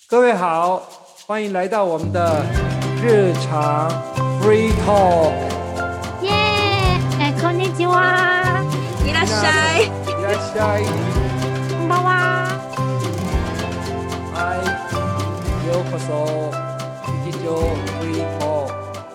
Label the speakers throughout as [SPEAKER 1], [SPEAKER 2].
[SPEAKER 1] 各位好，欢迎来到我们的日常 Free Talk。
[SPEAKER 2] 耶，こんにちは。
[SPEAKER 3] いらっしゃい。
[SPEAKER 1] いらっしゃい。
[SPEAKER 2] こんばんは。
[SPEAKER 1] はい、ようこそ日常 Free Talk。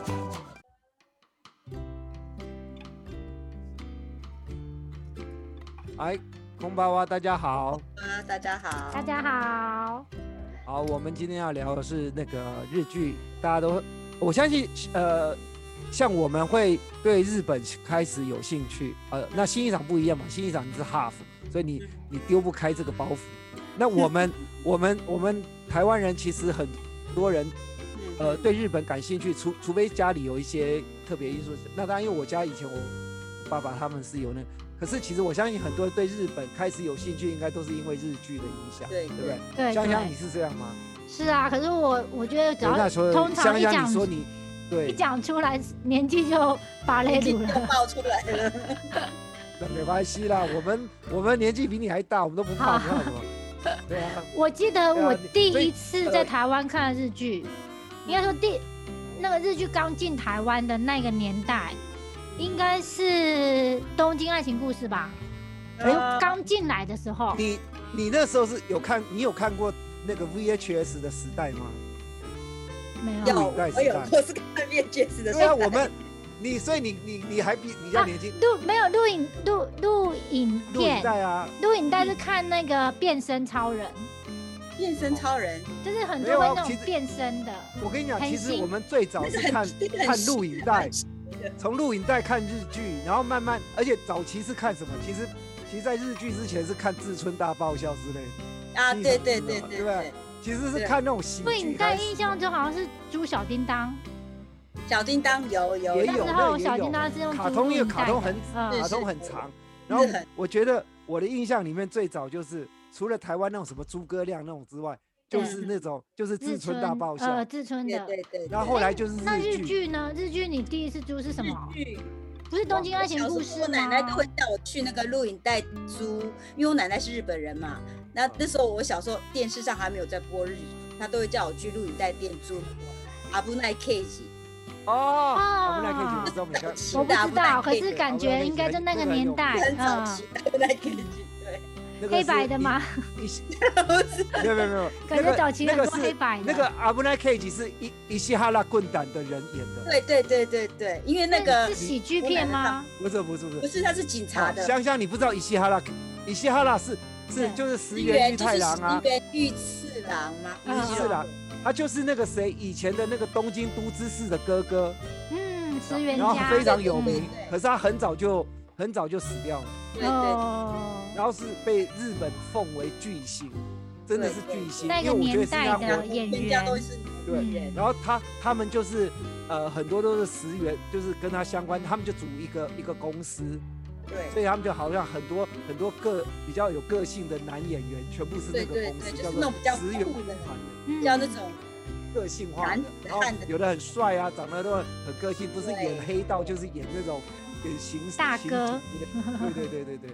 [SPEAKER 1] はい、こんばんは，大家好。
[SPEAKER 3] 大家好。
[SPEAKER 2] 大家好。
[SPEAKER 1] 好，我们今天要聊的是那个日剧，大家都，我相信，像我们会对日本开始有兴趣，那新一场不一样嘛，新一场你是 half， 所以你丢不开这个包袱。那我们台湾人其实很多人，对日本感兴趣，除非家里有一些特别因素。那当然，因为我家以前我爸爸他们是有那个。可是其实我相信很多人对日本开始有兴趣，应该都是因为日剧的影响，对不对？
[SPEAKER 2] 对，
[SPEAKER 1] 香香你是这样吗？
[SPEAKER 2] 是啊，可是我觉得只要通常
[SPEAKER 1] 香香你说你对
[SPEAKER 2] 一讲出来，年纪就芭蕾舞了，
[SPEAKER 3] 爆出来了。
[SPEAKER 1] 那没关系啦，我们年纪比你还大，我们都不怕，你怕什么？对啊。
[SPEAKER 2] 我记得我第一次在台湾看的日剧，应该说那个日剧刚进台湾的那个年代。应该是《东京爱情故事》吧？刚进来的时候，
[SPEAKER 1] 你那时候是你有看过那个 VHS 的时代吗？
[SPEAKER 2] 没有，
[SPEAKER 3] 我是看 VHS 的时代。
[SPEAKER 1] 对啊，所以你还比你较年轻。
[SPEAKER 2] 没有录影
[SPEAKER 1] 带啊，
[SPEAKER 2] 录影带是看那个变身超人。
[SPEAKER 3] 变身超人
[SPEAKER 2] 就是很多会那种变身的。
[SPEAKER 1] 我跟你讲，其实我们最早是看录影带。从录影带看日剧，然后慢慢，而且早期是看什么？其实在日剧之前是看《志春大爆笑》之类的
[SPEAKER 3] 啊，对，对不
[SPEAKER 1] 对？其实是看那种喜剧。
[SPEAKER 2] 录影带印象就好像是猪小叮当，
[SPEAKER 3] 小叮当有，
[SPEAKER 1] 那
[SPEAKER 2] 时候小叮当是用
[SPEAKER 1] 卡通，因为卡通很长。然后我觉得我的印象里面最早就是除了台湾那种什么诸葛亮那种之外。就是那种，就是志春大爆笑，
[SPEAKER 2] 志春的，
[SPEAKER 3] 对。
[SPEAKER 1] 然后后来就是
[SPEAKER 2] 那日剧呢？日剧你第一次租是什么？日剧不是《东京爱情故事》吗？
[SPEAKER 3] 我奶奶都会叫我去那个录影带租，因为我奶奶是日本人嘛。那时候我小时候电视上还没有在播日剧，她都会叫我去录影带店租阿布奈 K 集。
[SPEAKER 1] 阿布奈 K 集我知道没看，
[SPEAKER 2] 我不知道，可是感觉应该在那个年代，
[SPEAKER 3] 很早期阿布奈 K 集，对。
[SPEAKER 2] 黑白的吗？
[SPEAKER 1] 没有，
[SPEAKER 2] 感觉早期很多黑白的。
[SPEAKER 1] 那个阿布奈 K 是伊西哈拉棍胆的人演
[SPEAKER 3] 的。对，因为那个
[SPEAKER 2] 是喜剧片吗？
[SPEAKER 1] 不是，
[SPEAKER 3] 他是警察的。
[SPEAKER 1] 香香，你不知道伊西哈拉是就是石原裕太郎啊，
[SPEAKER 3] 石原裕次郎吗？
[SPEAKER 1] 裕次郎，他就是那个谁以前的那个东京都知事的哥哥。
[SPEAKER 2] 石原
[SPEAKER 1] 家，然后非常有名，可是他很早就死掉了。
[SPEAKER 3] 对。
[SPEAKER 1] 然后是被日本奉为巨星，真的是巨星，
[SPEAKER 2] 那个年代的演员
[SPEAKER 3] 都是
[SPEAKER 1] 对。然后他们就是很多都是石原，就是跟他相关，他们就组一个公司，
[SPEAKER 3] 对，
[SPEAKER 1] 所以他们就好像很多比较有个性的男演员，全部是那个公司叫做石原团，
[SPEAKER 3] 叫那种
[SPEAKER 1] 个性化的，然后有的很帅啊，长得都很个性，不是演黑道就是演那种刑
[SPEAKER 2] 大哥，
[SPEAKER 1] 对。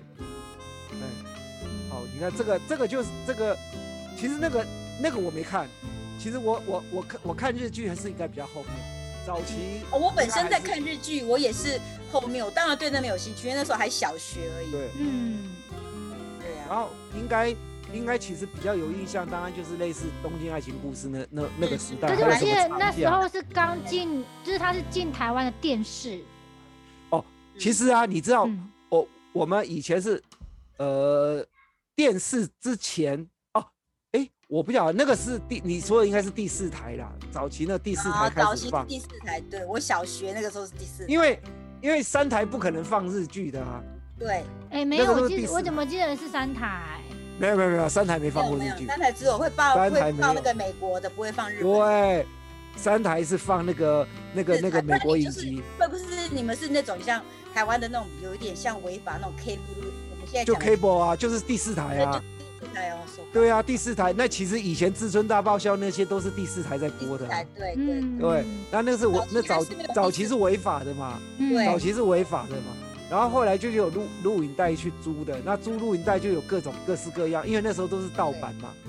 [SPEAKER 1] 好，你看这个就是这个，其实那个我没看，其实我看日剧还是应该比较后面，早期。
[SPEAKER 3] 我本身在看日剧，我也是后面，我当然对那没有兴趣，因为那时候还小学而已。
[SPEAKER 1] 对，
[SPEAKER 3] 对啊。
[SPEAKER 1] 然后应该其实比较有印象，当然就是类似《东京爱情故事》那个时代。
[SPEAKER 2] 可是我记得那时候是刚进，就是他是进台湾的电视。
[SPEAKER 1] 其实啊，你知道，我们以前是。电视之前我不晓得那个是你说的应该是第4台啦，早期那第4台开始放。
[SPEAKER 3] 早期是第4台，对，我小学那个时候是第4台。
[SPEAKER 1] 因为3台不可能放日剧的啊。
[SPEAKER 3] 对，
[SPEAKER 2] 没有，我怎么记得是3台？
[SPEAKER 1] 没有，3台没放过日剧。
[SPEAKER 3] 3台只有会放那个美国的，不会放日本。
[SPEAKER 1] 对，3台是放那个美国影集。
[SPEAKER 3] 会不是你们是那种像台湾的那种有一点像违法那种 cable， 我们现在
[SPEAKER 1] 就 cable 啊，就是第4台啊。对啊，第4台。那其实以前志春大爆笑那些都是第4台在播的。
[SPEAKER 3] 对。
[SPEAKER 1] 那是早期是违法的嘛？早期是违法的嘛？然后后来就有录影带去租的，那租录影带就有各式各样，因为那时候都是盗版嘛。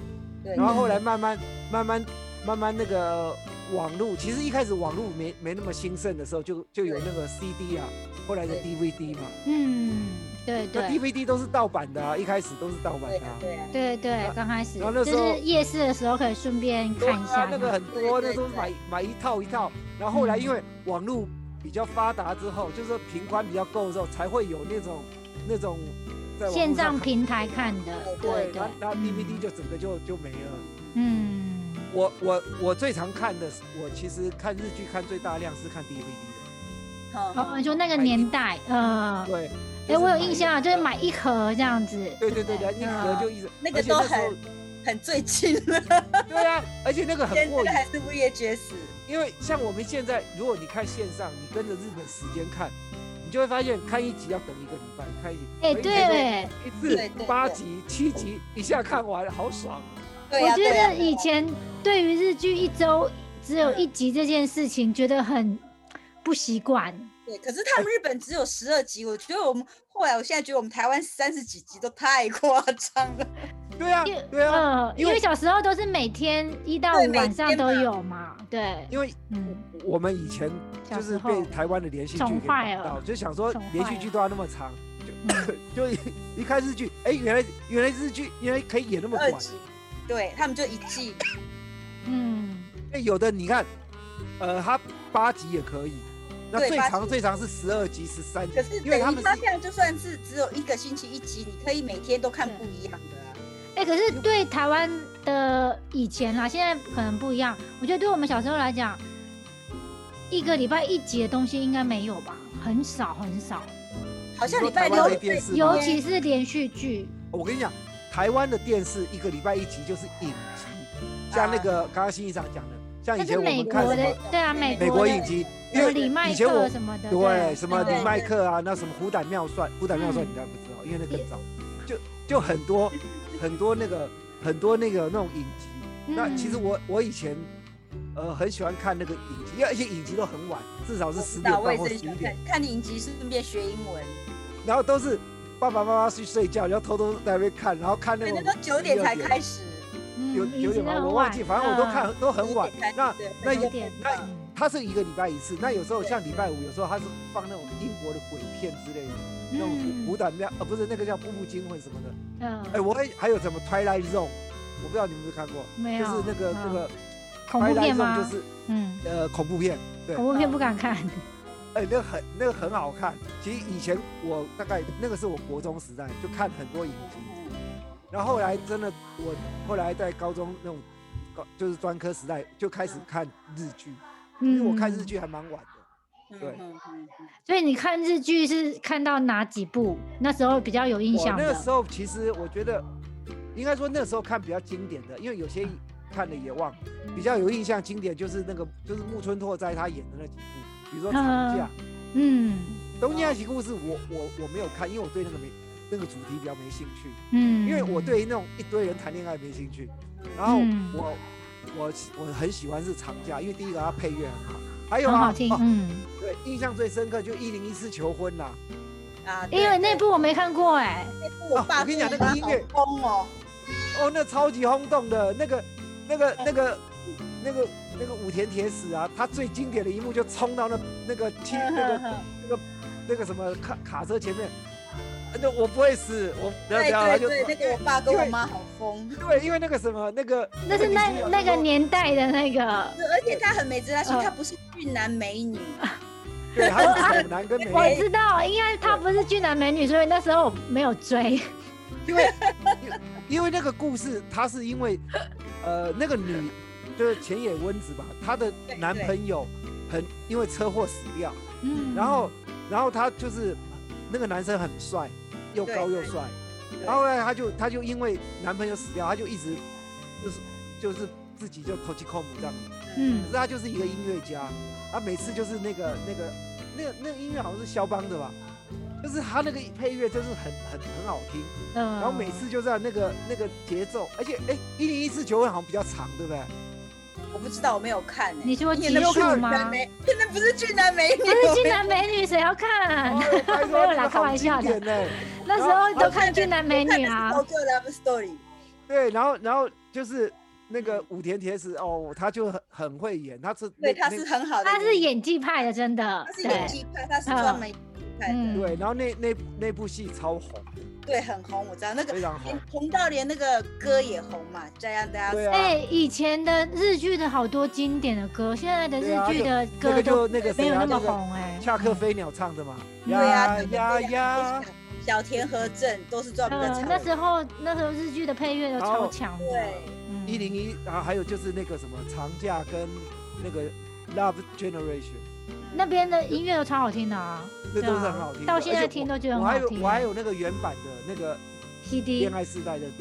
[SPEAKER 3] 对，
[SPEAKER 1] 然后后来慢慢那个网络，其实一开始网络没那么兴盛的时候，就有那个 CD 啊，后来的 DVD 嘛。
[SPEAKER 2] 对
[SPEAKER 1] 那 DVD 都是盗版的啊，一开始都是盗版的啊。
[SPEAKER 2] 对，刚开始。
[SPEAKER 1] 然后那时候
[SPEAKER 2] 就是夜市的时候可以顺便看一下。
[SPEAKER 1] 那个很多，那时候买一套一套。然后后来因为网络比较发达之后，就是说频宽比较够的时候，才会有那种在网络
[SPEAKER 2] 线上平台看的。对，
[SPEAKER 1] 然后 DVD 就整个就没了。我最常看的，我其实看日剧看最大量是看 DVD
[SPEAKER 2] 的。你说那个年代，
[SPEAKER 1] 对。
[SPEAKER 2] 我有印象，就是买一盒这样子。
[SPEAKER 1] 对，一盒就一直。
[SPEAKER 3] 那个都很最近了。
[SPEAKER 1] 对啊，而且那个很过瘾。
[SPEAKER 3] 还是VHS。
[SPEAKER 1] 因为像我们现在，如果你看线上，你跟着日本时间看，你就会发现看一集要等1个礼拜，看一集。
[SPEAKER 2] 对，
[SPEAKER 1] 一次8集、7集，一下看完，好爽。
[SPEAKER 2] 我觉得以前对于日剧1周只有1集这件事情，觉得很不习惯。
[SPEAKER 3] 对，可是他们日本只有12集，我觉得我现在觉得我们台湾30几集都太夸张了。
[SPEAKER 1] 对啊，
[SPEAKER 2] 因为小时候都是每天1到5晚上都有嘛。对，
[SPEAKER 1] 因为我们以前就是被台湾的连续剧给搞到，就想说连续剧都要那么长，就一看日剧，原来日剧原来可以演那么短。
[SPEAKER 3] 对，他们就1季。
[SPEAKER 1] 有的你看，他8集也可以。那最长是12集、13集，
[SPEAKER 3] 可是等于他这样就算是只有1个星期1集，你可以每天都看不一样的啊。
[SPEAKER 2] 可是对台湾的以前啦，现在可能不一样。我觉得对我们小时候来讲，1个礼拜1集的东西应该没有吧，很少。
[SPEAKER 3] 好像礼拜6，
[SPEAKER 2] 尤其是连续剧。
[SPEAKER 1] 我跟你讲，台湾的电视1个礼拜1集就是影集，像那个刚刚新一长讲的。像以前我们看什么？
[SPEAKER 2] 对啊，美
[SPEAKER 1] 国影集，因为
[SPEAKER 2] 李麦克什么的，
[SPEAKER 1] 对，什么李麦克啊，那什么虎胆妙算你当然不知道，因为那更早，就很多那个那种影集。那其实我以前很喜欢看那个影集，而且影集都很晚，至少是10点半或11点。
[SPEAKER 3] 看影集顺便学英文，
[SPEAKER 1] 然后都是爸爸妈妈去睡觉，然后偷偷在那边看，然后看那种。
[SPEAKER 3] 都9点才开始。
[SPEAKER 1] 有点吧，我忘记，反正我都看都很晚。那它是1个礼拜1次。那有时候像礼拜5，有时候它是放那种英国的鬼片之类的，那种虎胆妙，不是那个叫《步步惊魂》什么的。我还有什么 Twilight Zone， 我不知道你们有没有看过，
[SPEAKER 2] 没有，
[SPEAKER 1] 就是那个
[SPEAKER 2] 恐怖片吗？
[SPEAKER 1] 就是恐怖片，对，
[SPEAKER 2] 恐怖片不敢看。
[SPEAKER 1] 那个很好看。其实以前我大概那个是我国中时代就看很多影集。然后后来真的，我后来在高中那种就是专科时代就开始看日剧，因为我看日剧还蛮晚的。对。
[SPEAKER 2] 所以你看日剧是看到哪几部？那时候比较有印象的。
[SPEAKER 1] 那个时候其实我觉得，应该说那时候看比较经典的，因为有些看了也忘了。比较有印象经典就是就是木村拓哉他演的那几部，比如说《长假》。东京爱情故事我没有看，因为我对那个主题比较没兴趣，因为我对那种一堆人谈恋爱没兴趣。然后我很喜欢是《长假》，因为第一个它配乐很好，还有
[SPEAKER 2] 很好听。
[SPEAKER 1] 对，印象最深刻就104求婚啦。
[SPEAKER 2] 因为那部我没看过
[SPEAKER 3] 那部我爸
[SPEAKER 1] 跟你讲那个音乐
[SPEAKER 3] 轰
[SPEAKER 1] 那超级轰动的那个武田铁矢啊，他最经典的一幕就冲到那个什么卡车前面。我不会死，
[SPEAKER 3] 对，那个我爸跟我妈好疯。
[SPEAKER 1] 对，因为那个什么那
[SPEAKER 2] 是那个年代的那个，
[SPEAKER 3] 而且他很美滋他她不是俊男美女。
[SPEAKER 1] 对，他是丑男跟美女。
[SPEAKER 2] 我知道，应该他不是俊男美女，所以那时候我没有追。
[SPEAKER 1] 因为那个故事，他是因为那个女就是浅野温子吧，她的男朋友因为车祸死掉，然后他就是那个男生很帅。又高又帅，然后呢，他就因为男朋友死掉，他就一直就是自己就投机控母这样子。可是他就是一个音乐家，他每次就是那个音乐好像是肖邦的吧，就是他那个配乐就是很好听。然后每次就这样那个节奏，而且104求婚好像比较长，对不对？
[SPEAKER 3] 我不知道，我没有看。
[SPEAKER 2] 你说集数吗？
[SPEAKER 3] 现在不是俊男美女，
[SPEAKER 2] 不是俊男美女，谁要看？没有啦，开玩笑的。那时候都看俊男美女啊。
[SPEAKER 3] Love Story。
[SPEAKER 1] 对，然后就是那个武田铁矢哦，他就很会演，他是
[SPEAKER 3] 对，他是很好的，
[SPEAKER 2] 他是演技派的，真的，
[SPEAKER 3] 他是演技派，他是专门演技派的。
[SPEAKER 1] 对，然后那部戏超红，
[SPEAKER 3] 对，很红，我知道那个
[SPEAKER 1] 非常红，
[SPEAKER 3] 红到连那个歌也红嘛，这样大家。
[SPEAKER 1] 对啊。
[SPEAKER 2] 以前的日剧的好多经典的歌，现在的日剧的歌都
[SPEAKER 1] 那个
[SPEAKER 2] 没有那么红
[SPEAKER 1] 恰克飞鸟唱的嘛，
[SPEAKER 3] 对啊，
[SPEAKER 1] 呀。
[SPEAKER 3] 小田和正都是专门在唱。
[SPEAKER 2] 那时候日剧的配乐都超强的。
[SPEAKER 3] 对
[SPEAKER 1] ，101，然后还有就是那个什么长假跟那个 Love Generation
[SPEAKER 2] 那边的音乐都超好听的啊，
[SPEAKER 1] 那都是很好听的，
[SPEAKER 2] 到现在听都觉得很好听。
[SPEAKER 1] 我还有那个原版的那个
[SPEAKER 2] CD
[SPEAKER 1] 恋爱世代的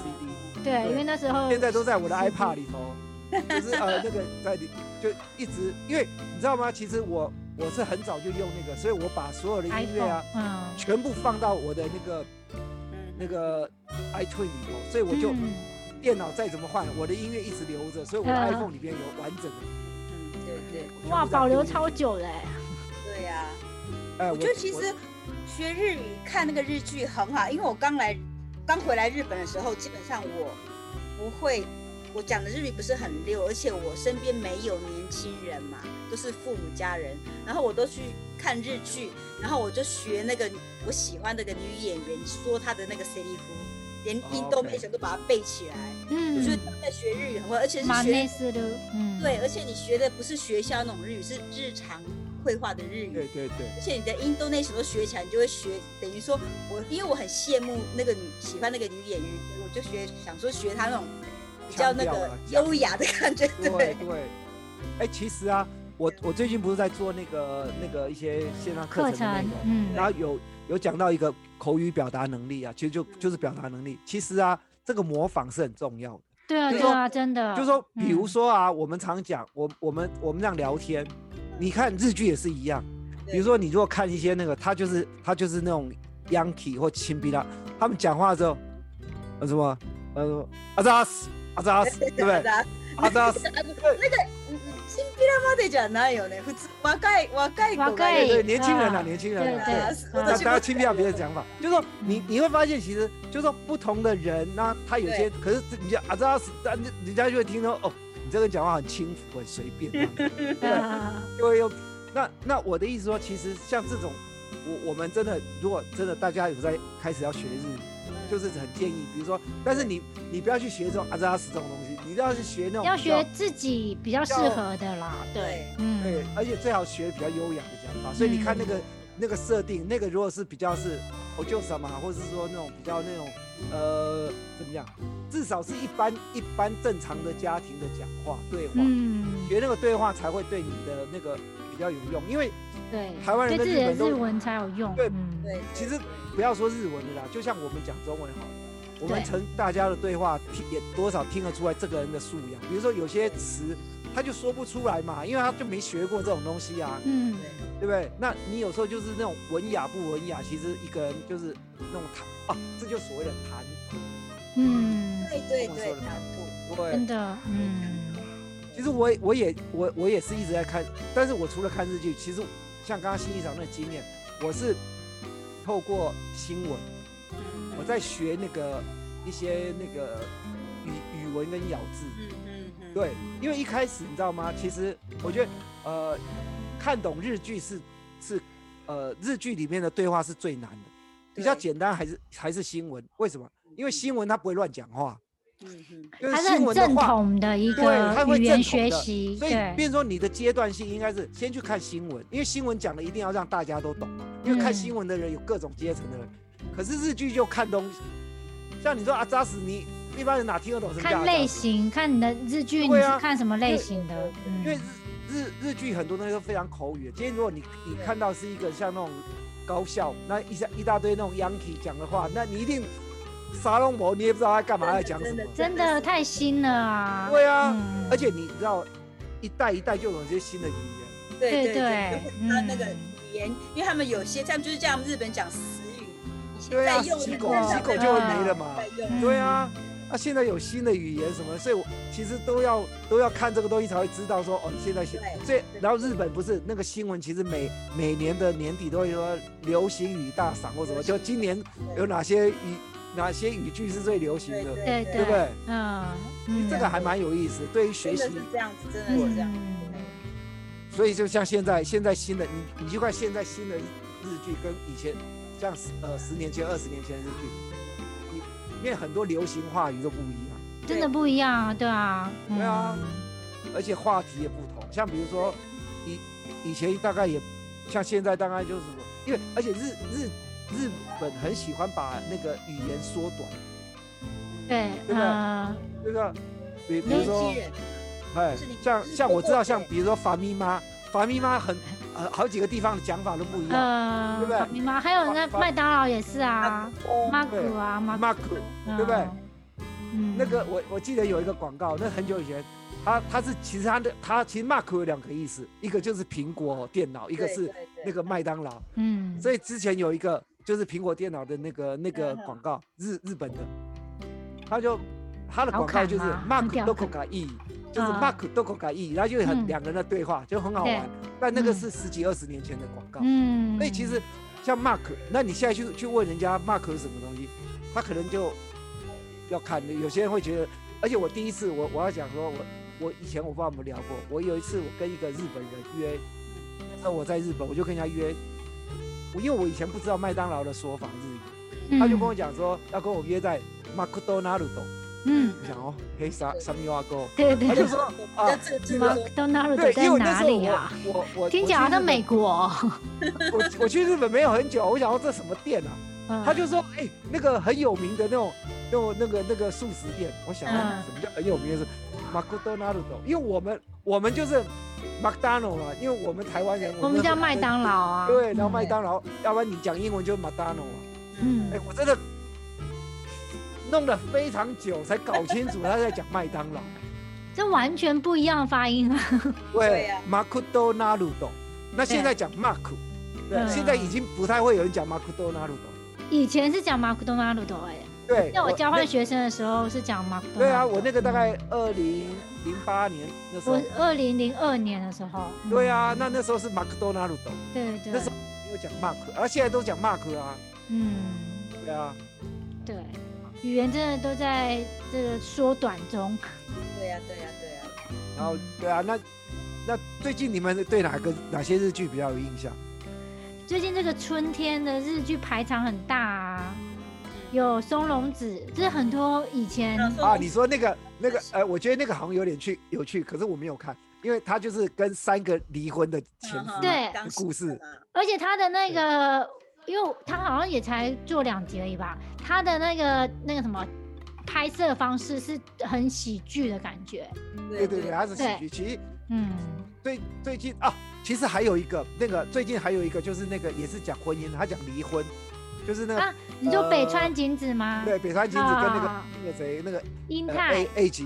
[SPEAKER 1] CD，
[SPEAKER 2] 对，因为那时候
[SPEAKER 1] 现在都在我的 iPad 里头，就是那个在就一直，因为你知道吗？其实我是很早就用那个，所以我把所有的音乐啊，全部放到我的那个 iTunes 里头，所以我就电脑再怎么换，我的音乐一直留着，所以我的 iPhone 里面有完整的。
[SPEAKER 3] 对。
[SPEAKER 2] 哇，保留超久的。
[SPEAKER 3] 对呀，我觉得其实学日语看那个日剧很好，因为我刚回来日本的时候，基本上我不会。我讲的日语不是很溜，而且我身边没有年轻人嘛，都是父母家人，然后我都去看日剧，然后我就学那个我喜欢那个女演员说她的那个セリフ，连音都没都把它背起来。我觉得他们在学日语很会，而且是学对，而且你学的不是学校那种日语，是日常绘画的日语。
[SPEAKER 1] 对。
[SPEAKER 3] 而且你的intonation都学起来，你就会学，等于说因为我很羡慕那个喜欢那个女演员，我就想说学她那种。比较那个优雅的感觉，对。
[SPEAKER 1] 其实啊，我最近不是在做那个一些线上课程的内容，然后有讲到一个口语表达能力啊，其实就是表达能力。其实啊，这个模仿是很重要的。
[SPEAKER 2] 对啊，真的。
[SPEAKER 1] 就是说，比如说啊，我们常讲，我们这样聊天，你看日剧也是一样。比如说，你如果看一些那个，他就是那种 Yankee 或亲逼他们讲话的时候，什么阿扎斯，对不对？阿扎斯，那
[SPEAKER 3] 个新比拉马的じゃないよね。普通若い
[SPEAKER 1] 对年轻人啊，对，大家轻掉别的讲法，就是说你会发现，其实就是说不同的人，那他有些，可是你阿扎斯，人家就会听到哦，你这个人讲话很轻浮，很随便，对，就会用。那我的意思说，其实像这种，我们真的，如果真的大家有在开始要学日语。就是很建议，比如说，但是你不要去学这种阿扎斯这种东西，你要是学那种
[SPEAKER 2] 要学自己比较适合的啦，对，
[SPEAKER 1] 对，而且最好学比较优雅的讲法。所以你看那个设定，那个如果是比较是我就什么，或者是说那种比较那种怎么样，至少是一般正常的家庭的讲话对话，学那个对话才会对你的那个比较有用，因为
[SPEAKER 2] 对
[SPEAKER 1] 台湾人跟日本
[SPEAKER 2] 对自己的日文才有用，
[SPEAKER 1] 对，其实。不要说日文的啦，就像我们讲中文好了，我们大家的对话也多少听得出来这个人的素养。比如说有些词他就说不出来嘛，因为他就没学过这种东西啊，对不对？那你有时候就是那种文雅不文雅，其实一个人就是那种谈这就所谓的谈吐，
[SPEAKER 3] 对，谈吐，
[SPEAKER 1] 对，
[SPEAKER 2] 真的，
[SPEAKER 1] 其实我也是一直在看，但是我除了看日剧，其实像刚刚新一场那个经验，我是。透过新闻，我在学那个一些那个语文跟咬字，对，因为一开始你知道吗？其实我觉得看懂日剧是日剧里面的对话是最难的，比较简单还是新闻？为什么？因为新闻它不会乱讲话，
[SPEAKER 2] 它是很正统的一个语言学习，
[SPEAKER 1] 所以变成说你的阶段性应该是先去看新闻，因为新闻讲的一定要让大家都懂嘛。因为看新闻的人有各种阶层的人，可是日剧就看东西，像你说阿扎斯，你一般人哪听得懂什么？
[SPEAKER 2] 看类型，看你的日剧，你是看什么类型的？
[SPEAKER 1] 因为日剧很多东西都非常口语。今天如果你看到是一个像那种高校，那一大堆那种 Yankee 讲的话，那你一定沙龙博，你也不知道他干嘛在讲什么。
[SPEAKER 2] 真的太新了啊！
[SPEAKER 1] 对啊，而且你知道，一代一代就有一些新的语言。
[SPEAKER 3] 对，他那个。因为他们有些就是这样，日本讲死语，以前在用
[SPEAKER 1] 洗狗就会没了嘛。对啊，现在有新的语言什么，所以我其实都要看这个东西才会知道说现在所以然后日本不是那个新闻，其实每年的年底都会说流行语大赏或什么，就今年有哪些哪些语句是最流行的，
[SPEAKER 2] 对
[SPEAKER 1] 对不对？这个还蛮有意思，对于学习
[SPEAKER 3] 真的是这样子，真的是这样。
[SPEAKER 1] 所以就像现在新的，你就看现在新的日剧跟以前像10年前、20年前的日剧，里面很多流行话语都不一样，
[SPEAKER 2] 真的不一样啊，对啊，
[SPEAKER 1] 对啊，而且话题也不同。像比如说以前大概也像现在大概就是什么，因为而且日本很喜欢把那个语言缩短，
[SPEAKER 2] 对，
[SPEAKER 1] 对吧？对吧？比如说，像我知道，像比如说法咪妈好几个地方的讲法都不一样，对不对？
[SPEAKER 2] 法咪妈还有那麦当劳也是啊，马库啊，马库，
[SPEAKER 1] 对不对？那个我记得有一个广告，那很久以前，其实马库有2个意思，一个就是苹果电脑，一个是那个麦当劳，所以之前有一个就是苹果电脑的那个广告，日本的，他的广告就是マクどこかいい，就是マクどこかいい，然后就2个人的对话，就很好玩。但那个是10几20年前的广告，所以其实像 Mark， 那你现在去问人家 Mark 是什么东西，他可能就要看。有些人会觉得，而且我第一次我要讲说，我以前我不知道有没有聊过，我有一次我跟一个日本人约，那时候我在日本，我就跟人家约，因为我以前不知道麦当劳的说法日语，他就跟我讲说要跟我约在マクドナルド。我想嘿啥米瓦沟，
[SPEAKER 2] 对，
[SPEAKER 1] 他就说
[SPEAKER 2] 马克多纳鲁多在哪里啊？我听起来好像美国。
[SPEAKER 1] 我去日本没有很久，我想说这什么店啊？他就说那个很有名的那个素食店。我想什么叫很有名的是马克多纳鲁多？因为我们就是麦当劳嘛，因为我们台湾人
[SPEAKER 2] 我们叫麦当劳啊。
[SPEAKER 1] 对，然后麦当劳，要不然你讲英文就是麦当劳嘛。我真的弄了非常久才搞清楚他在讲麦当劳，
[SPEAKER 2] 这完全不一样的发音啊！
[SPEAKER 1] 对，马库多纳鲁多，那现在讲马库，对，现在已经不太会有人讲马库多纳鲁多，
[SPEAKER 2] 以前是讲马库多纳鲁多
[SPEAKER 1] 对，
[SPEAKER 2] 那我交换学生的时候是讲马库多。
[SPEAKER 1] 对啊，我那个大概2008年那时候，
[SPEAKER 2] 我2002年的时候。
[SPEAKER 1] 对啊，那时候是马库多纳鲁多，
[SPEAKER 2] 对，
[SPEAKER 1] 那时候没有讲马库，而现在都讲马库啊。对啊，
[SPEAKER 2] 对。语言真的都在这个缩短中。
[SPEAKER 3] 对呀。
[SPEAKER 1] 然后对啊，那最近你们对哪些日剧比较有印象？
[SPEAKER 2] 最近这个春天的日剧排场很大啊，有松隆子，这是很多以前
[SPEAKER 1] 你说那个我觉得那个好像有趣，可是我没有看，因为他就是跟3个离婚的前夫的故事，
[SPEAKER 2] 而且他的那个。因为他好像也才做2集而已吧，他的那个什么拍摄方式是很喜剧的感觉。
[SPEAKER 1] 对，他是喜剧。其实，最近其实还有一个最近还有一个就是那个也是讲婚姻，他讲离婚，就是那个
[SPEAKER 2] 你说北川景子吗？
[SPEAKER 1] 对，北川景子跟那个谁那个
[SPEAKER 2] 英泰
[SPEAKER 1] A 级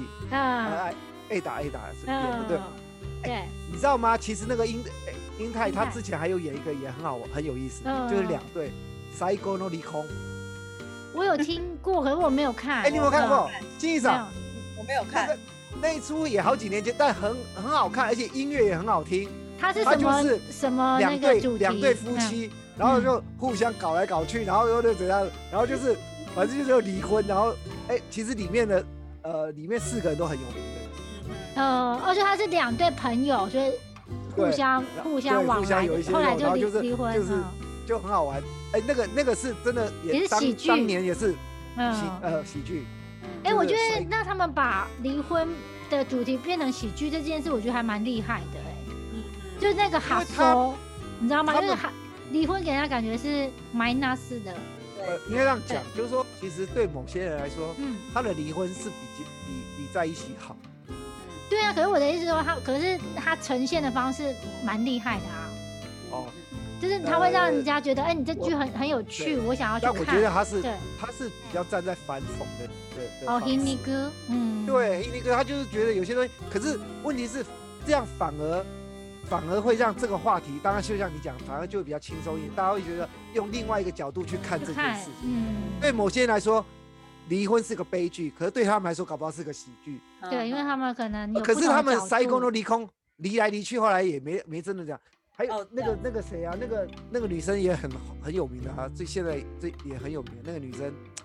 [SPEAKER 1] A 打对。对，你知道吗？其实那个英泰他之前还有演一个也很有意思，就是2对最後の離婚。
[SPEAKER 2] 我有听过，可是我没有看。
[SPEAKER 1] 你有没有看过？金一嫂，
[SPEAKER 3] 我没有看。
[SPEAKER 1] 那一出也好几年前，但很好看，而且音乐也很好听。
[SPEAKER 2] 它是什么那个主题？
[SPEAKER 1] 两对夫妻，然后就互相搞来搞去，然后又怎样？然后就是反正就是离婚，然后其实里面4个人都很有名的。
[SPEAKER 2] 而且他是2对朋友，所以互相往来，后来就离婚，
[SPEAKER 1] 就很好玩。那个是真的，
[SPEAKER 2] 也是喜剧，
[SPEAKER 1] 当年也是喜剧。
[SPEAKER 2] 我觉得那他们把离婚的主题变成喜剧这件事，我觉得还蛮厉害的就是那个哈收，你知道吗？就是离婚给人家感觉是 minus 的。
[SPEAKER 1] 应该这样讲，就是说，其实对某些人来说，他的离婚是比在一起好。
[SPEAKER 2] 对啊，可是我的意思说可是他呈现的方式蛮厉害的啊。就是他会让人家觉得，你这剧很有趣，我想要去看。
[SPEAKER 1] 但我觉得他是比较站在反讽的。
[SPEAKER 2] 黑尼哥，
[SPEAKER 1] 对，黑尼哥他就是觉得有些东西，可是问题是这样反而会让这个话题，当然就像你讲，反而就会比较轻松一点，大家会觉得用另外一个角度去看这件事情。对某些人来说，离婚是个悲剧，可是对他们来说，搞不好是个喜剧。
[SPEAKER 2] 对，因为他们可能有
[SPEAKER 1] 可是他们塞工都离来离去，后来也没真的这样。还有那个谁啊，那个女生也很有名的啊，现在也很有名的那个女生，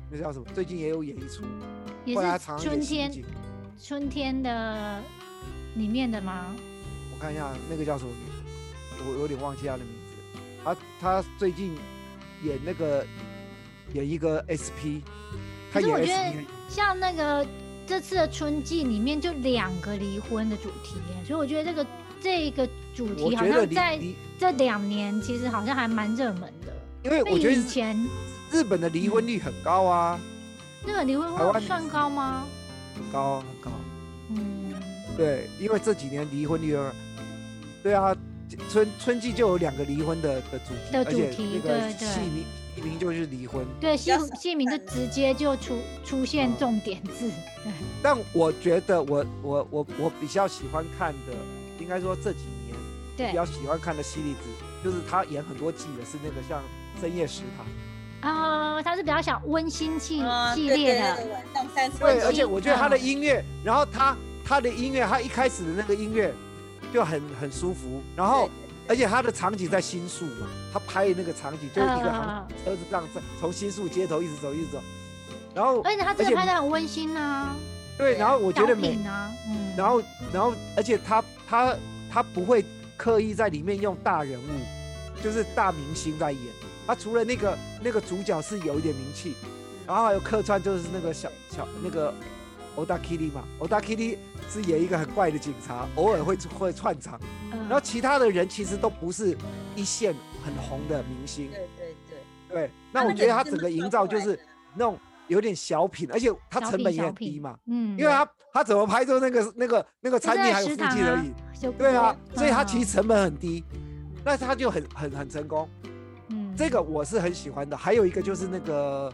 [SPEAKER 1] 那叫什么？最近也有演一出，
[SPEAKER 2] 也
[SPEAKER 1] 后来他
[SPEAKER 2] 是
[SPEAKER 1] 常常演
[SPEAKER 2] 春天
[SPEAKER 1] 刑警。
[SPEAKER 2] 春天的里面的吗？
[SPEAKER 1] 我看一下那个叫什么名字，我有点忘记他的名字。他最近演一个 SP， 他演
[SPEAKER 2] 可是我觉
[SPEAKER 1] SP
[SPEAKER 2] 得像那个这次的春季里面就2个离婚的主题耶，所以我觉得这个主题好像在这2年其实好像还蛮热门的。
[SPEAKER 1] 因为我觉得
[SPEAKER 2] 以前
[SPEAKER 1] 日本的离婚率很高啊。
[SPEAKER 2] 日本离婚率算高吗？
[SPEAKER 1] 很高很高。
[SPEAKER 2] 嗯，
[SPEAKER 1] 对，因为这几年离婚率，对啊，春季就有2个离婚的主题，
[SPEAKER 2] 而且那
[SPEAKER 1] 个戏名就是离婚。
[SPEAKER 2] 对，戏名就直接就出现重点字。
[SPEAKER 1] 但我觉得我比较喜欢看的，应该说这几年比较喜欢看的系列子，就是他演很多季的，是那个像《深夜食堂》。
[SPEAKER 2] 它是比较小温馨系列的，
[SPEAKER 1] 对，而且我觉得他的音乐，然后他的音乐，他一开始的那个音乐就很舒服，然后而且他的场景在新宿嘛，他拍的那个场景就是一个车子这样从新宿街头一直走，然后
[SPEAKER 2] 而且他真的拍得很温馨啊。
[SPEAKER 1] 对，然后我觉得然后而且他不会刻意在里面用大人物，就是大明星在演。他除了那个主角是有一点名气，然后还有客串就是那个小那个Oda Kitty 嘛，Oda Kitty 是演一个很怪的警察，偶尔会串场，然后其他的人其实都不是一线很红的明星。对，那我觉得他整个营造就是那种有点小品，而且他成本也很低嘛，因为他怎么拍就那个餐厅还有附近而已，对啊，所以他其实成本很低，但是他就很成功。这个我是很喜欢的。还有一个就是那个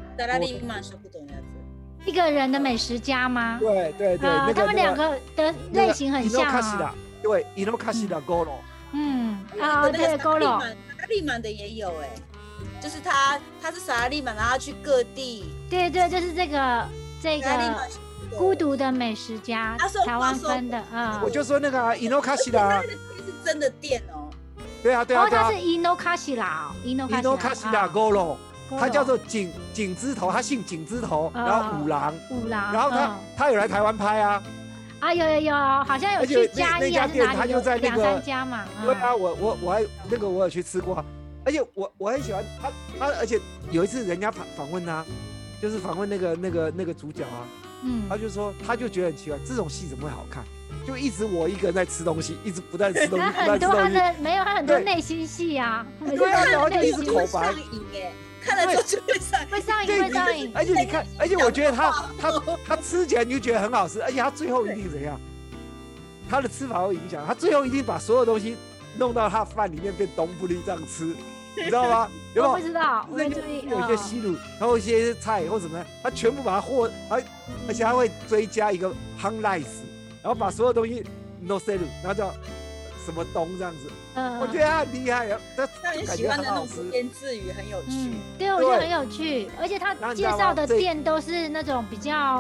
[SPEAKER 2] 一个人的美食家吗？
[SPEAKER 1] 对，那个
[SPEAKER 2] 他们2个的类型很像啊。
[SPEAKER 1] 对，Inokashira Goro。
[SPEAKER 2] 对，Goro。
[SPEAKER 3] 萨拉利曼的也有就是他是萨拉利曼，然后去各地。
[SPEAKER 2] 对，就是这个孤独的美食家，台湾分的。
[SPEAKER 1] 我就说那个Inokashira是
[SPEAKER 3] 真的店哦。
[SPEAKER 1] 对啊，
[SPEAKER 2] 他是 Inokashira
[SPEAKER 1] Goro， 他叫做井之头，他姓井之头，然后五郎，然后他有来台湾拍啊。
[SPEAKER 2] 有，好像有去嘉义还是哪里，
[SPEAKER 1] 他就在那个
[SPEAKER 2] 2-3家嘛。
[SPEAKER 1] 对啊，我还我有去吃过，而且我很喜欢他，而且有一次人家访问他，就是访问那个主角啊，他就说他就觉得很奇怪，这种戏怎么会好看？就一直我一个人在吃东西，一直不断吃东西，
[SPEAKER 2] 很多他很多内心戏啊，
[SPEAKER 1] 对啊，然后就一直口白，
[SPEAKER 3] 看了就会
[SPEAKER 2] 上瘾，
[SPEAKER 1] 而且你看，而且我觉得他吃起来你就觉得很好吃，而且他最后一定怎样？他的吃法会影响，他最后一定把所有东西弄到他饭里面变东布利这样吃，你知道吗？有没有？
[SPEAKER 2] 我不知道，我没注意。
[SPEAKER 1] 有一些西鲁，然后一些菜或什么，他全部把它而且他会追加一个 hang rice。然后把所有东西 no sell， 然后叫什么东这样子，我觉得他很厉害啊，他感觉很好吃，
[SPEAKER 3] 自言自语很有趣。
[SPEAKER 2] 对，我觉得很有趣，而且他介绍的店都是那种比较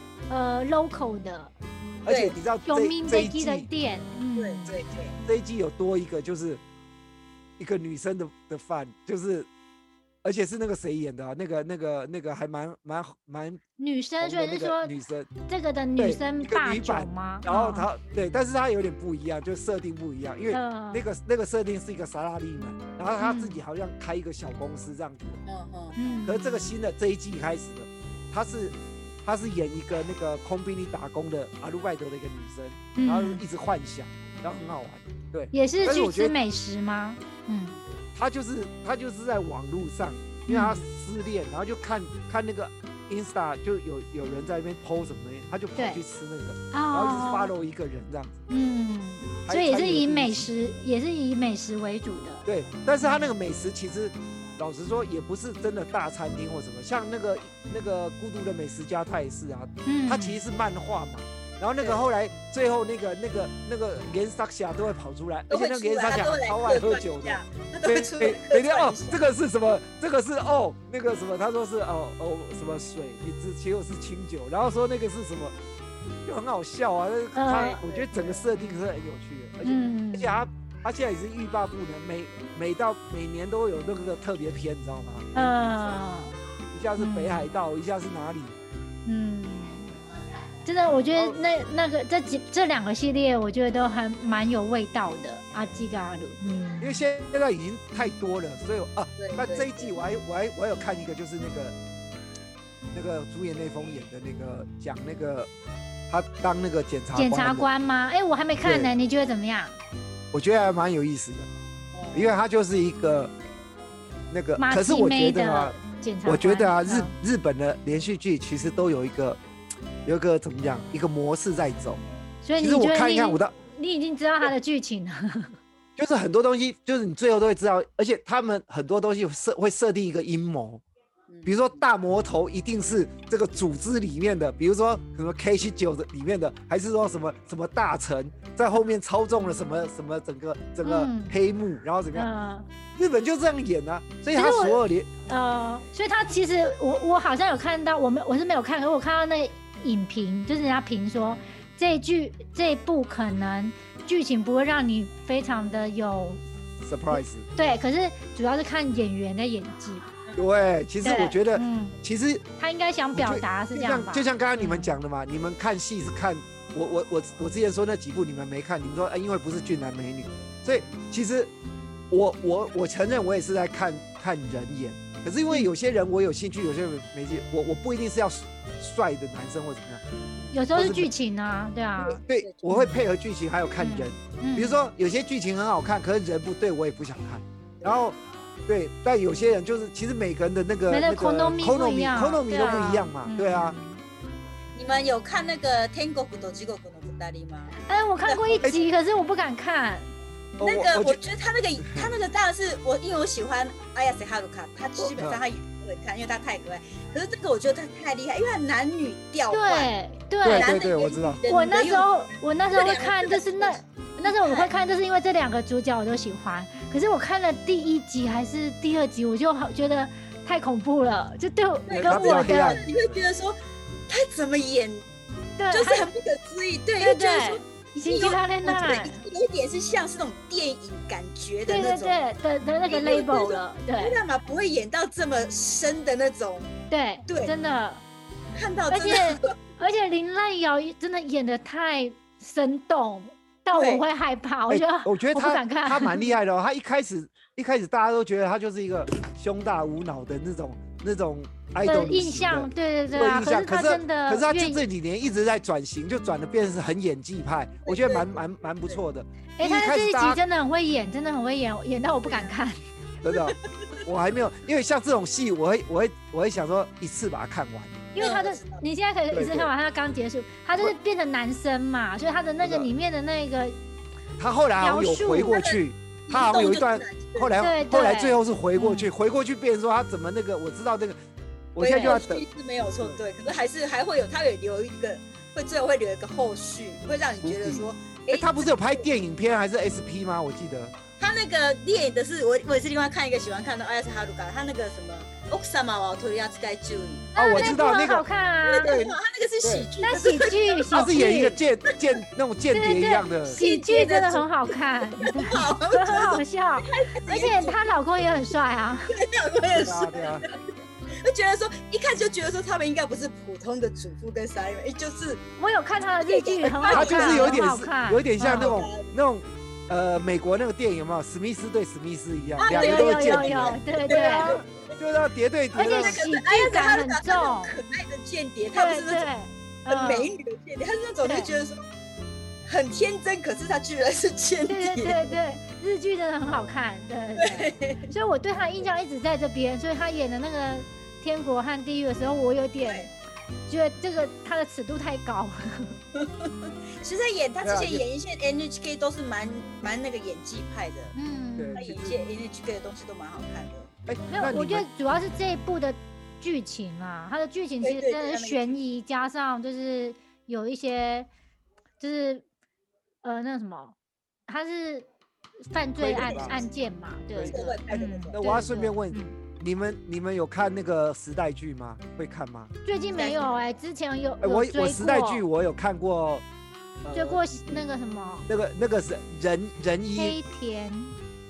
[SPEAKER 2] local 的，
[SPEAKER 1] 而且你知道
[SPEAKER 2] 有名的店，
[SPEAKER 3] 对，
[SPEAKER 1] 这一季有多一个就是一个女生的饭，就是而且是那个谁演的啊？那个还蛮
[SPEAKER 2] 女生，所以是说
[SPEAKER 1] 女生
[SPEAKER 2] 这个的女生霸主吗？
[SPEAKER 1] 然后她对，但是她有点不一样，就设定不一样，因为那个设定是一个萨拉利曼，然后她自己好像开一个小公司这样子。可是这个新的这一季开始的，她是演一个那个空宾里打工的阿鲁拜德的一个女生，然后一直幻想，然后很好玩。对，
[SPEAKER 2] 也是去吃美食吗？
[SPEAKER 1] 他就是在网络上，因为他失恋，然后就看那个 Insta 就有人在那边 po 什么东西，他就跑去吃那个，然后一直 follow 一个人这样子。
[SPEAKER 2] 所以也是以美食为主的。
[SPEAKER 1] 对，但是他那个美食其实老实说也不是真的大餐厅或什么，像那个孤独的美食家他也是啊，他其实是漫画嘛。然后那个后来最后那个连萨霞都会跑出来，而且那个连萨霞超爱喝酒的，每天这个是什么？这个是那个什么？他说是什么水，结果是清酒，然后说那个是什么，就很好笑啊。我觉得整个设定是很有趣的，而且他现在也是欲罢不能，每年都有那个特别篇，你知道吗？ 一下是北海道，一下是哪里？
[SPEAKER 2] 真的，我觉得那个这2个系列，我觉得都还蛮有味道的。阿基嘎鲁，
[SPEAKER 1] 因为现在已经太多了，所以那这一季我还有看一个，就是那个主演内丰演的那个讲那个他当那个检察官
[SPEAKER 2] 吗？我还没看呢，你觉得怎么样？
[SPEAKER 1] 我觉得还蛮有意思的，因为他就是一个那个，可是我觉得日本的连续剧其实都有一个怎么讲，一个模式在走。
[SPEAKER 2] 所以
[SPEAKER 1] 其实我看一看
[SPEAKER 2] 你已经知道它的剧情了。
[SPEAKER 1] 就是很多东西，就是你最后都会知道，而且他们很多东西会设定一个阴谋，比如说大魔头一定是这个组织里面的，比如说什么 K9的里面的，还是说什么大臣在后面操纵了什么整个黑幕，然后怎么样？日本就这样演啊，所以他所有
[SPEAKER 2] 所以他其实我好像有看到，我是没有看，可是我看到那影评，就是人家评说这一部可能剧情不会让你非常的有
[SPEAKER 1] surprise，
[SPEAKER 2] 对，可是主要是看演员的演技。
[SPEAKER 1] 对，其实我觉得，其实
[SPEAKER 2] 他应该想表达是这样吧？
[SPEAKER 1] 就像刚刚你们讲的嘛，你们看戏是看我之前说那几部你们没看，你们说因为不是俊男美女，所以其实我承认我也是在看人演，可是因为有些人我有兴趣，有些人没兴趣，我不一定是要帅的男生或怎么样，
[SPEAKER 2] 有时候是剧情啊，对啊，
[SPEAKER 1] 对，我会配合剧情，还有看人，比如说有些剧情很好看，可是人不对我也不想看，然后对，但有些人就是其实每个人的那个
[SPEAKER 2] economy 都不一
[SPEAKER 1] 样嘛，对啊。
[SPEAKER 3] 你们有看那个《天国と地獄の二人》吗？
[SPEAKER 2] 我看过一集，可是我不敢看。
[SPEAKER 3] 那个我觉得他那个当然是因为我喜欢阿亚塞哈鲁卡，他基本上他也不会看，因为他太可爱。可是这个我觉得他太厉害，因为他男女调换。
[SPEAKER 1] 对，我知道。
[SPEAKER 2] 我那时候会看，就是那时候我会看，就是因为这2个主角我都喜欢。可是我看了第1集还是第2集，我就觉得太恐怖了，就跟我的
[SPEAKER 3] 你会觉得说他怎么演，就是很不可思议，对，就觉得说。有一点是像是那种电影感觉的那种，
[SPEAKER 2] 对的那个 label 了，对，
[SPEAKER 3] 干嘛不会演到这么深的那种？
[SPEAKER 2] 对，真的
[SPEAKER 3] 看到，
[SPEAKER 2] 而且林濑遥真的演得太生动，到我会害怕，我觉得
[SPEAKER 1] 他蛮厉害的哦，他一开始大家都觉得他就是一个胸大无脑的那种 idol
[SPEAKER 2] 印象，对啊，可是他真的，
[SPEAKER 1] 可是他这几年一直在转型，就转的变成很演技派，我觉得蛮不错的。
[SPEAKER 2] 他这一集真的很会演，演到我不敢看。
[SPEAKER 1] 真的，我还没有，因为像这种戏，我会想说一次把它看完。
[SPEAKER 2] 因为你现在可以一次看完，他刚结束，他就是变成男生嘛，所以他的那个里面的那个，
[SPEAKER 1] 他后来好像有回过去。他好像有一段，后来最后是回过去变成说他怎么那个，我知道那个，我现在就要等。
[SPEAKER 3] 是没有错，对，可是还会有，他有留一个，最后会留一个后续，会让你觉得说，
[SPEAKER 1] 他不是有拍电影片还是 SP 吗？我记得。
[SPEAKER 3] 他那个电影的是我也是另外看一个喜欢看的阿亚斯哈鲁卡，他那个什么奥萨玛瓦托利亚斯盖注意
[SPEAKER 1] 我知道那个
[SPEAKER 2] 好看啊，
[SPEAKER 3] 对，他那个是喜剧，
[SPEAKER 2] 那喜剧，
[SPEAKER 1] 他是演一个那种间谍一样的
[SPEAKER 2] 喜剧，真的很好看，很好笑，而且她老公也很帅啊，
[SPEAKER 3] 老公也帅，就觉得说一看就觉得说他们应该不是普通的主妇跟杀人，就是
[SPEAKER 2] 我有看他的日剧，很好看，
[SPEAKER 1] 他就是有点像那种。美国那个电影有没有史密斯对史密斯一样，两个都是间谍，
[SPEAKER 2] 对，
[SPEAKER 1] 就要叠对叠，
[SPEAKER 2] 而且喜剧感很重，
[SPEAKER 3] 可爱的间谍，他不是那种很美女的间谍，他是那种就觉得说很天真，可是他居然是间谍，
[SPEAKER 2] 对，日剧真的很好看，对，所以我对他印象一直在这边，所以他演的那个《天国和地狱》的时候，我有点觉得这个他的尺度太高了。
[SPEAKER 3] 其实他之前演一些 NHK 都是蛮那个演技派的，他演一些 NHK 的东西都蛮好看的。
[SPEAKER 2] 没有，我觉得主要是这一部的剧情啊，它的剧情其实真的是悬疑，加上就是有一些就是那什么，它是犯罪案件嘛，对。
[SPEAKER 1] 那我要顺便问。你们有看那个时代剧吗？会看吗？
[SPEAKER 2] 最近没有之前有
[SPEAKER 1] 我时代剧我有看过，
[SPEAKER 2] 追过那个什么，
[SPEAKER 1] 那个是人一
[SPEAKER 2] 黑田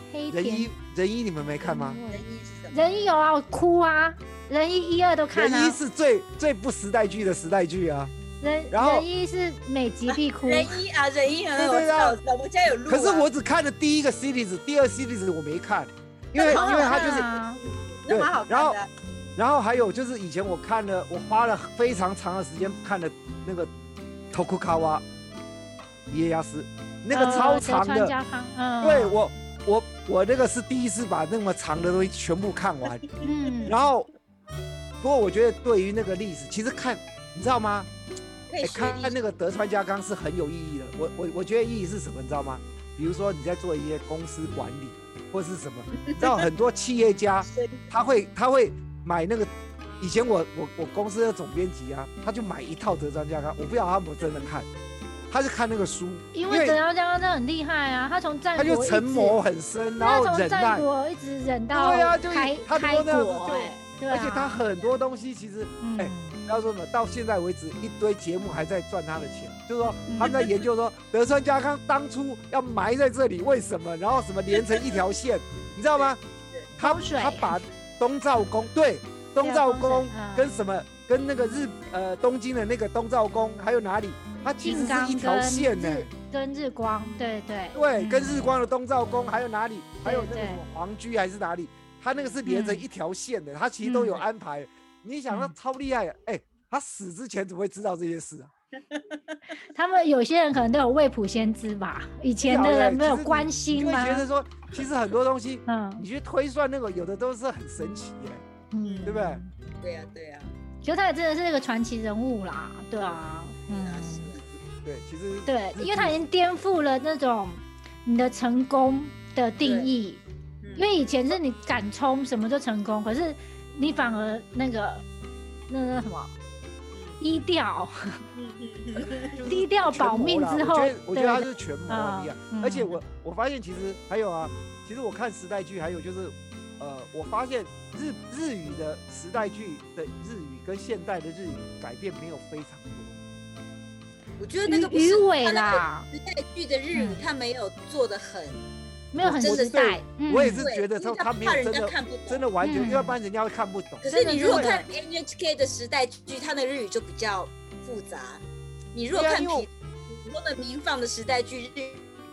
[SPEAKER 2] 黑田
[SPEAKER 1] 仁一你们没看吗？
[SPEAKER 3] 人一是什么？
[SPEAKER 2] 仁一有啊，我哭啊，仁一1、2都看啊。
[SPEAKER 1] 仁一是最不时代剧的时代剧啊。然后
[SPEAKER 2] 仁一是每集必哭。
[SPEAKER 3] 人一啊，人一啊，我知道，我家有录。
[SPEAKER 1] 可是我只看了第1个 series， 第2 series 我没看，因为它就是
[SPEAKER 3] 那蛮好看的。
[SPEAKER 1] 然后还有就是以前我花了非常长的时间看了那个 Tokugawa 家康，那个超长的。对，我那个是第一次把那么长的东西全部看完。然后不过我觉得对于那个历史，其实你知道吗？看那个德川家康是很有意义的。我觉得意义是什么，你知道吗？比如说你在做一些公司管理或是什么，你知道很多企业家他会买那个。以前我公司的总编辑啊，他就买一套德川家康，我不知道他有没有真的看，他是看那个书。
[SPEAKER 2] 因为德川家康真的很厉害啊，他从战国
[SPEAKER 1] 他就成魔很深，然后忍耐，
[SPEAKER 2] 战国一直忍到
[SPEAKER 1] 对啊，就
[SPEAKER 2] 开国，对啊，
[SPEAKER 1] 而且他很多东西其实，不要说什么，到现在为止一堆节目还在赚他的钱，就是说他们在研究说德川家康当初要埋在这里为什么，然后什么连成一条线，你知道吗？他把东照宫跟什么跟那个东京的那个东照宫还有哪里，它其实是一条线呢，
[SPEAKER 2] 跟日光，对，
[SPEAKER 1] 跟日光的东照宫还有哪里，还有那个什么皇居还是哪里，它那个是连成一条线的，它其实都有安排。你想他超厉害，他死之前怎么会知道这些事啊？
[SPEAKER 2] 他们有些人可能都有未卜先知吧，以前的人没有关心吗？
[SPEAKER 1] 你会觉得说，其实很多东西，你去推算那个，有的都是很神奇耶，对不对？
[SPEAKER 3] 对啊，
[SPEAKER 2] 觉得他也真的是那个传奇人物啦，对啊，
[SPEAKER 1] 对，其实
[SPEAKER 2] 对，因为他已经颠覆了那种你的成功的定义，因为以前是你敢冲什么就成功，可是你反而那个什么低调，低调保命之后，
[SPEAKER 1] 我觉得他是全魔很厉害，而且我发现其实还有啊，其实我看时代剧还有就是，我发现日语的时代剧的日语跟现代的日语改变没有非常多。
[SPEAKER 3] 我觉得那个
[SPEAKER 2] 鱼尾啦，
[SPEAKER 3] 时代剧的日语他没有做的
[SPEAKER 2] 没有很时代，
[SPEAKER 1] 我也是觉得他没有真的完全，要不然人家会看不懂。
[SPEAKER 3] 可是你如果看 NHK 的时代剧，它的日语就比较复杂。你如果看普通的民放的时代剧，日语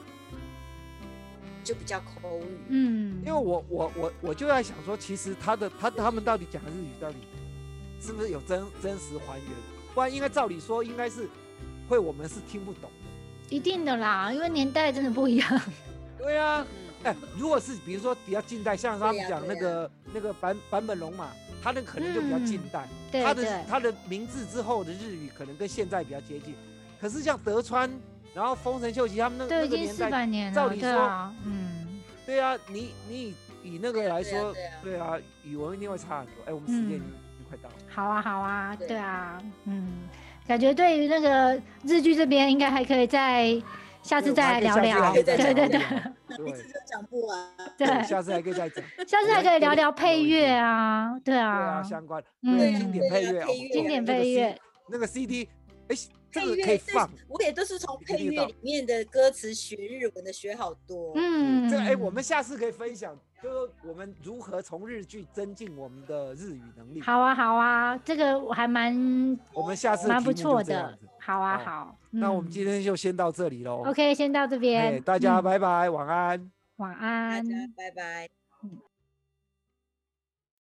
[SPEAKER 3] 就比较口语。
[SPEAKER 1] 因为我就在想说，其实他们到底讲的日语到底是不是有真实还原？不然应该照理说应该是我们是听不懂的。
[SPEAKER 2] 一定的啦，因为年代真的不一样。
[SPEAKER 1] 对啊，如果是比如说比较近代，像他们讲那个坂本龙马，他那可能就比较近代，他的明治之后的日语可能跟现在比较接近。可是像德川，然后丰臣秀吉他们那个年代
[SPEAKER 2] ，400年了，
[SPEAKER 1] 照理说，对啊，你以那个来说，对啊，语文一定会差很多。我们时间已经快到了。
[SPEAKER 2] 好啊，对啊，感觉对于那个日剧这边应该还可以下次再来聊聊，对，
[SPEAKER 3] 一直就讲不完，
[SPEAKER 2] 对，
[SPEAKER 1] 下次还可以再讲，
[SPEAKER 2] 下次还可以聊聊配乐啊，对啊，
[SPEAKER 1] 相关，经典配乐，那个 CD， 这个可以放，
[SPEAKER 3] 我也都是从配乐里面的歌词学日文的，学好多，
[SPEAKER 1] 这个我们下次可以分享，就是我们如何从日剧增进我们的日语能力。
[SPEAKER 2] 好啊，这个我还
[SPEAKER 1] 我们下次
[SPEAKER 2] 蛮不错的，好，
[SPEAKER 1] 那我们今天就先到这里喽。
[SPEAKER 2] OK， 先到这边，
[SPEAKER 1] 大家拜拜，晚安。
[SPEAKER 2] 晚安，
[SPEAKER 3] 大家拜拜。